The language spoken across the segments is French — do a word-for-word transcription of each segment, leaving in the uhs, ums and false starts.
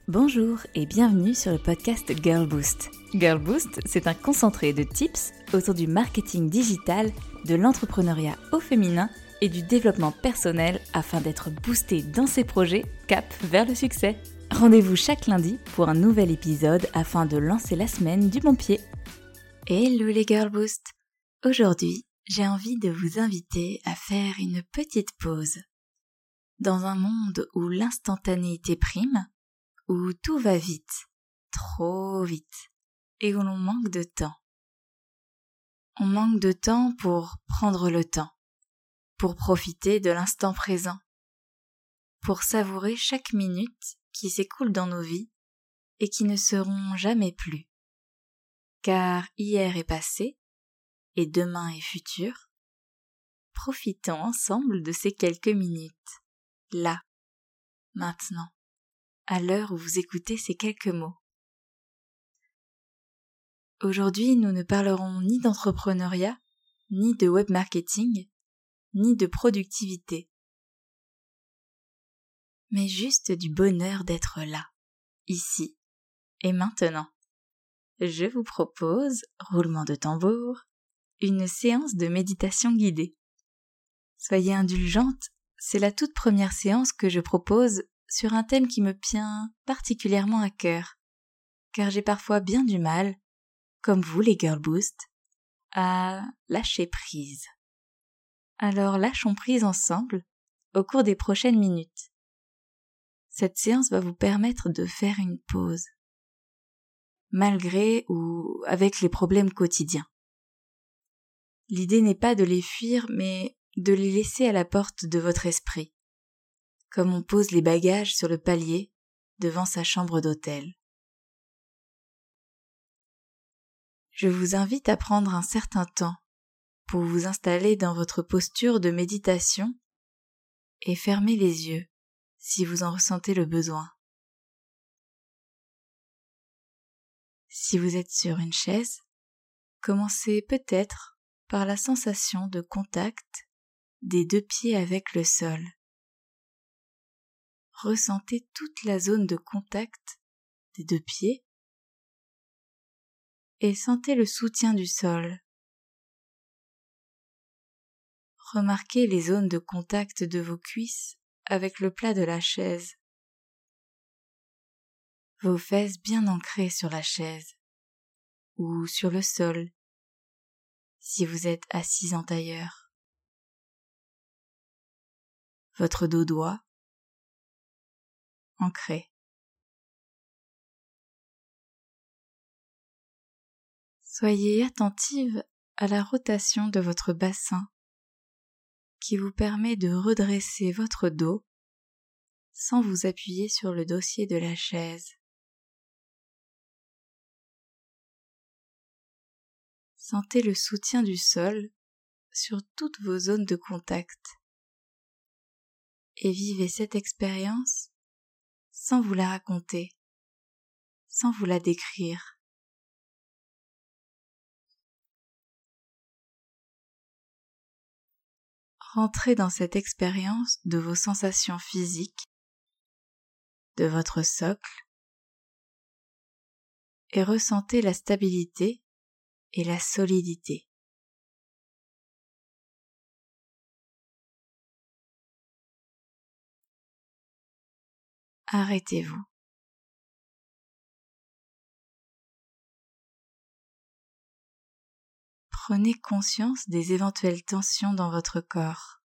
Bonjour et bienvenue sur le podcast Girl Boost. Girl Boost, c'est un concentré de tips autour du marketing digital, de l'entrepreneuriat au féminin et du développement personnel afin d'être boosté dans ses projets cap vers le succès. Rendez-vous chaque lundi pour un nouvel épisode afin de lancer la semaine du bon pied. Hello les Girl Boost. Aujourd'hui, j'ai envie de vous inviter à faire une petite pause. Dans un monde où l'instantanéité prime, où tout va vite, trop vite, et où l'on manque de temps. On manque de temps pour prendre le temps, pour profiter de l'instant présent, pour savourer chaque minute qui s'écoule dans nos vies et qui ne seront jamais plus. Car hier est passé et demain est futur. Profitons ensemble de ces quelques minutes, là, maintenant, à l'heure où vous écoutez ces quelques mots. Aujourd'hui, nous ne parlerons ni d'entrepreneuriat, ni de web marketing, ni de productivité, mais juste du bonheur d'être là, ici et maintenant. Je vous propose, roulement de tambour, une séance de méditation guidée. Soyez indulgente, c'est la toute première séance que je propose sur un thème qui me tient particulièrement à cœur, car j'ai parfois bien du mal, comme vous les Girl Boost, à lâcher prise. Alors lâchons prise ensemble au cours des prochaines minutes. Cette séance va vous permettre de faire une pause, malgré ou avec les problèmes quotidiens. L'idée n'est pas de les fuir, mais de les laisser à la porte de votre esprit, comme on pose les bagages sur le palier devant sa chambre d'hôtel. Je vous invite à prendre un certain temps pour vous installer dans votre posture de méditation et fermer les yeux si vous en ressentez le besoin. Si vous êtes sur une chaise, commencez peut-être par la sensation de contact des deux pieds avec le sol. Ressentez toute la zone de contact des deux pieds et sentez le soutien du sol. Remarquez les zones de contact de vos cuisses avec le plat de la chaise. Vos fesses bien ancrées sur la chaise ou sur le sol si vous êtes assis en tailleur. Votre dos droit ancré. Soyez attentive à la rotation de votre bassin qui vous permet de redresser votre dos sans vous appuyer sur le dossier de la chaise. Sentez le soutien du sol sur toutes vos zones de contact et vivez cette expérience sans vous la raconter, sans vous la décrire. Rentrez dans cette expérience de vos sensations physiques, de votre socle, et ressentez la stabilité et la solidité. Arrêtez-vous. Prenez conscience des éventuelles tensions dans votre corps.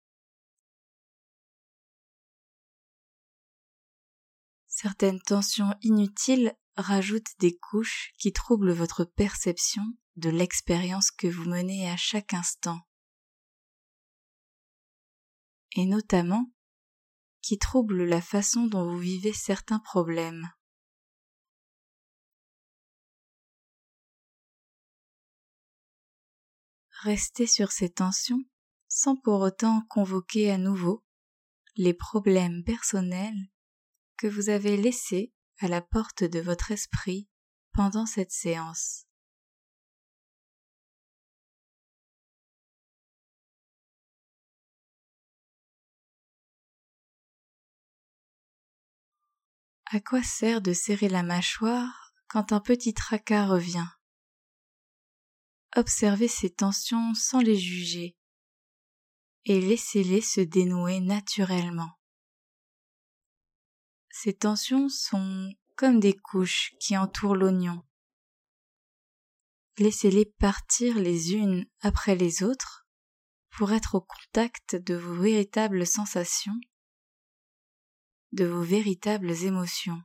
Certaines tensions inutiles rajoutent des couches qui troublent votre perception de l'expérience que vous menez à chaque instant, et notamment qui troublent la façon dont vous vivez certains problèmes. Restez sur ces tensions sans pour autant convoquer à nouveau les problèmes personnels que vous avez laissés à la porte de votre esprit pendant cette séance. À quoi sert de serrer la mâchoire quand un petit tracas revient ? Observez ces tensions sans les juger et laissez-les se dénouer naturellement. Ces tensions sont comme des couches qui entourent l'oignon. Laissez-les partir les unes après les autres pour être au contact de vos véritables sensations, de vos véritables émotions.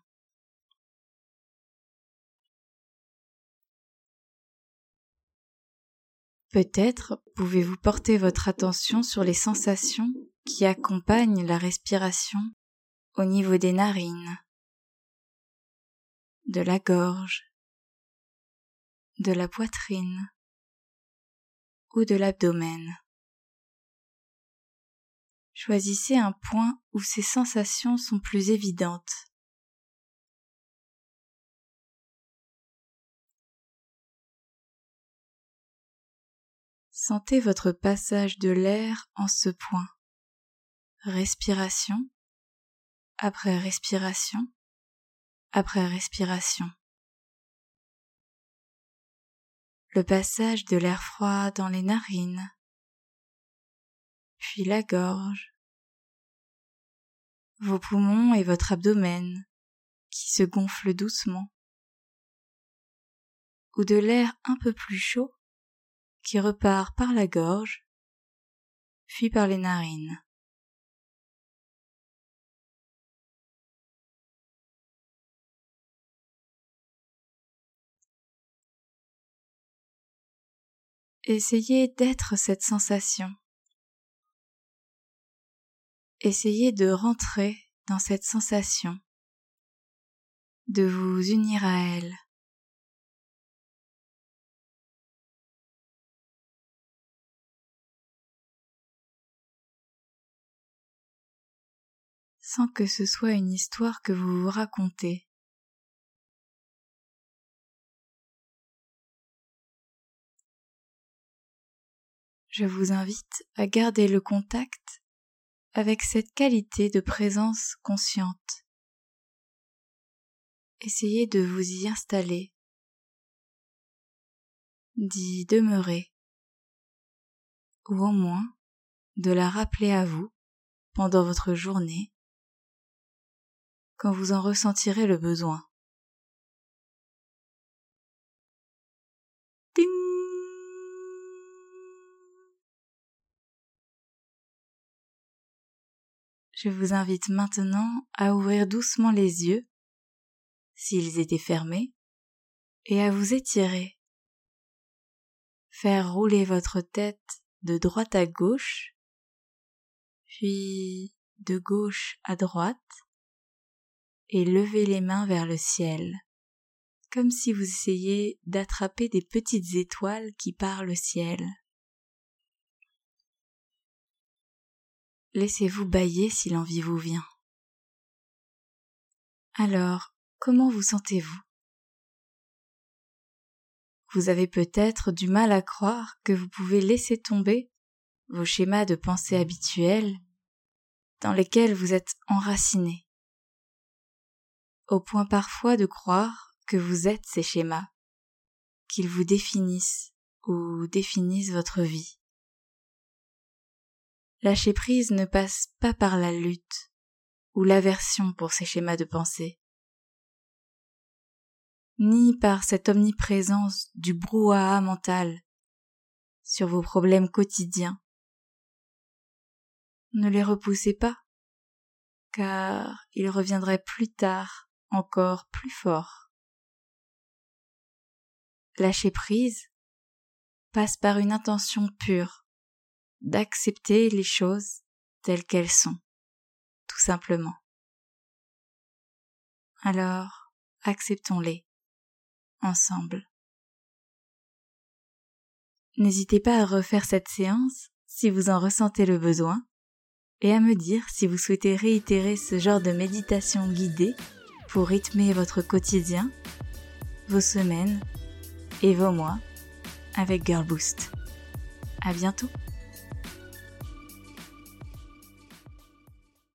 Peut-être pouvez-vous porter votre attention sur les sensations qui accompagnent la respiration au niveau des narines, de la gorge, de la poitrine ou de l'abdomen. Choisissez un point où ces sensations sont plus évidentes. Sentez votre passage de l'air en ce point. Respiration après respiration après respiration. Le passage de l'air froid dans les narines, puis la gorge, vos poumons et votre abdomen qui se gonflent doucement, ou de l'air un peu plus chaud qui repart par la gorge, puis par les narines. Essayez d'être cette sensation. Essayez de rentrer dans cette sensation, de vous unir à elle. Sans que ce soit une histoire que vous vous racontez. Je vous invite à garder le contact avec cette qualité de présence consciente. Essayez de vous y installer, d'y demeurer, ou au moins de la rappeler à vous pendant votre journée, quand vous en ressentirez le besoin. Ding! Je vous invite maintenant à ouvrir doucement les yeux, s'ils étaient fermés, et à vous étirer. Faire rouler votre tête de droite à gauche, puis de gauche à droite, et lever les mains vers le ciel, comme si vous essayiez d'attraper des petites étoiles qui parent le ciel. Laissez-vous bâiller si l'envie vous vient. Alors, comment vous sentez-vous ? Vous avez peut-être du mal à croire que vous pouvez laisser tomber vos schémas de pensée habituels dans lesquels vous êtes enraciné, au point parfois de croire que vous êtes ces schémas, qu'ils vous définissent ou définissent votre vie. Lâcher prise ne passe pas par la lutte ou l'aversion pour ces schémas de pensée, ni par cette omniprésence du brouhaha mental sur vos problèmes quotidiens. Ne les repoussez pas, car ils reviendraient plus tard encore plus forts. Lâcher prise passe par une intention pure d'accepter les choses telles qu'elles sont, tout simplement. Alors, acceptons-les, ensemble. N'hésitez pas à refaire cette séance si vous en ressentez le besoin et à me dire si vous souhaitez réitérer ce genre de méditation guidée pour rythmer votre quotidien, vos semaines et vos mois avec Girl Boost. À bientôt!